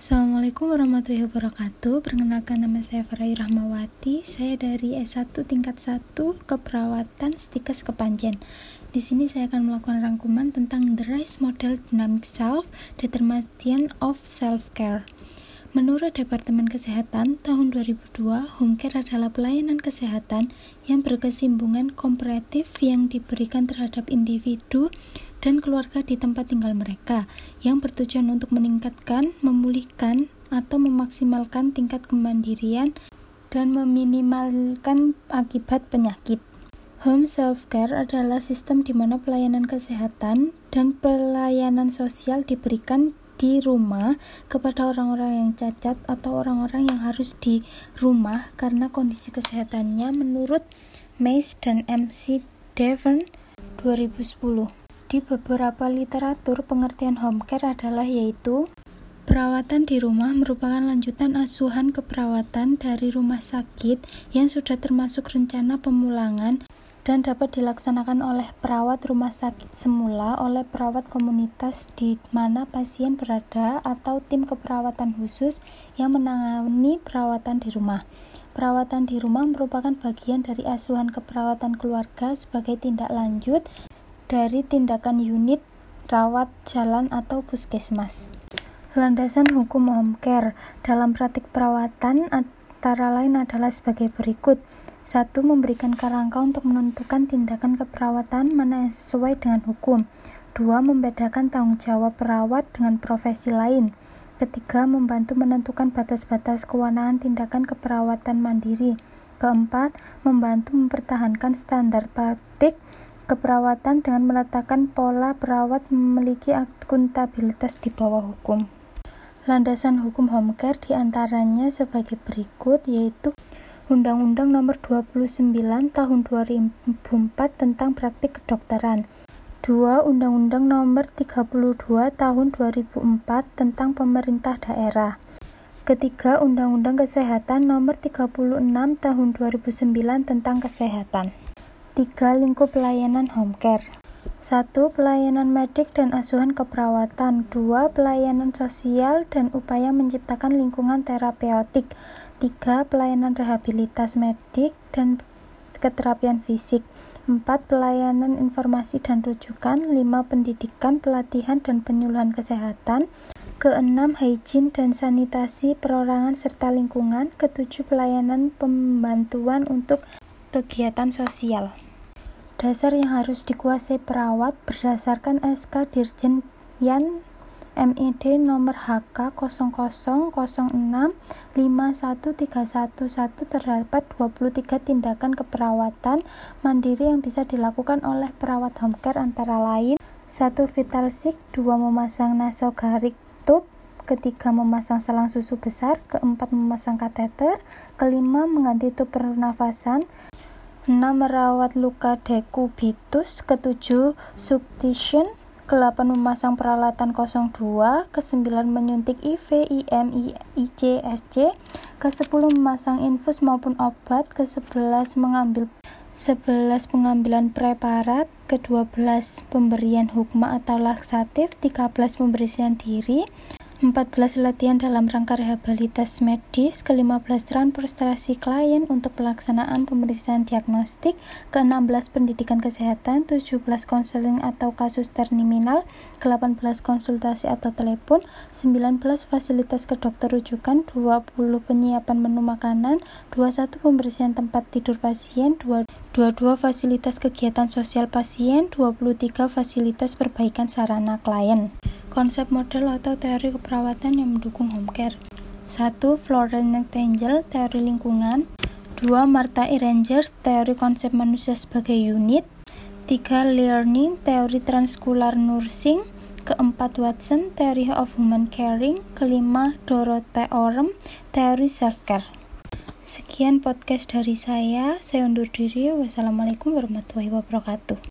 Assalamualaikum warahmatullahi wabarakatuh. Perkenalkan, nama saya Farah Rahmawati. Saya dari S1 tingkat 1 Keperawatan Stikes Kepanjen. Di sini saya akan melakukan rangkuman tentang The Rice Model Dynamic Self Determination of Self-Care. Menurut Departemen Kesehatan tahun 2002, home care adalah pelayanan kesehatan yang berkesinambungan komparatif yang diberikan terhadap individu dan keluarga di tempat tinggal mereka, yang bertujuan untuk meningkatkan, memulihkan, atau memaksimalkan tingkat kemandirian dan meminimalkan akibat penyakit. Home self-care adalah sistem di mana pelayanan kesehatan dan pelayanan sosial diberikan di rumah kepada orang-orang yang cacat atau orang-orang yang harus di rumah karena kondisi kesehatannya, menurut Mace dan MC Devon 2010. Di beberapa literatur, pengertian home care adalah yaitu perawatan di rumah merupakan lanjutan asuhan keperawatan dari rumah sakit yang sudah termasuk rencana pemulangan dan dapat dilaksanakan oleh perawat rumah sakit semula, oleh perawat komunitas di mana pasien berada, atau tim keperawatan khusus yang menangani perawatan di rumah. Perawatan di rumah merupakan bagian dari asuhan keperawatan keluarga sebagai tindak lanjut dari tindakan unit rawat jalan atau puskesmas. Landasan hukum home care dalam praktik perawatan antara lain adalah sebagai berikut. 1. Memberikan kerangka untuk menentukan tindakan keperawatan mana yang sesuai dengan hukum. 2. Membedakan tanggung jawab perawat dengan profesi lain. 3. Membantu menentukan batas-batas kewenangan tindakan keperawatan mandiri. 4. Membantu mempertahankan standar praktik keperawatan dengan meletakkan pola perawat memiliki akuntabilitas di bawah hukum. Landasan hukum home care diantaranya sebagai berikut, yaitu Undang-Undang Nomor 29 Tahun 2004 tentang Praktik Kedokteran. 2. Undang-Undang Nomor 32 Tahun 2004 tentang Pemerintah Daerah. 3. Undang-Undang Kesehatan Nomor 36 Tahun 2009 tentang Kesehatan. 3. Lingkup pelayanan home care. 1. Pelayanan medik dan asuhan keperawatan. 2. Pelayanan sosial dan upaya menciptakan lingkungan terapeutik. 3. Pelayanan rehabilitas medik dan keterapian fisik. 4. Pelayanan informasi dan rujukan. 5. Pendidikan, pelatihan, dan penyuluhan kesehatan. 6. Hygiene dan sanitasi perorangan serta lingkungan. 7. Pelayanan pembantuan untuk kegiatan sosial. Dasar yang harus dikuasai perawat berdasarkan SK Dirjen Yan MED nomor HK 0006-51311 terdapat 23 tindakan keperawatan mandiri yang bisa dilakukan oleh perawat home care, antara lain 1. Vital sign, 2. Memasang nasogarik tube, 3. Memasang selang susu besar, 4. Memasang kateter, 5. Mengganti tub pernafasan, 6. Merawat luka dekubitus, 7. Suction, 8. Memasang peralatan 02, 9. Menyuntik IV, IM, IC, SC, 10. Memasang infus maupun obat, 11. Pengambilan preparat, 12. Pemberian hukma atau laksatif, 13. Pembersihan diri, 14. Latihan dalam rangka rehabilitas medis, 15. Transportasi klien untuk pelaksanaan pemeriksaan diagnostik, 16. Pendidikan kesehatan, 17. Konseling atau kasus terminal, 18. Konsultasi atau telepon, 19. Fasilitas ke dokter rujukan, 20. Penyiapan menu makanan, 21. Pembersihan tempat tidur pasien, 22. Fasilitas kegiatan sosial pasien, 23. Fasilitas perbaikan sarana klien. Konsep model atau teori keperawatan yang mendukung home care. 1. Florence Nightingale, teori lingkungan. 2. Martha E. Rangers, teori konsep manusia sebagai unit. 3. Learning, teori transkular nursing. 4. Watson, Theory of Human Caring. 5. Dorothy Orem, teori self-care. Sekian podcast dari saya undur diri. Wassalamualaikum warahmatullahi wabarakatuh.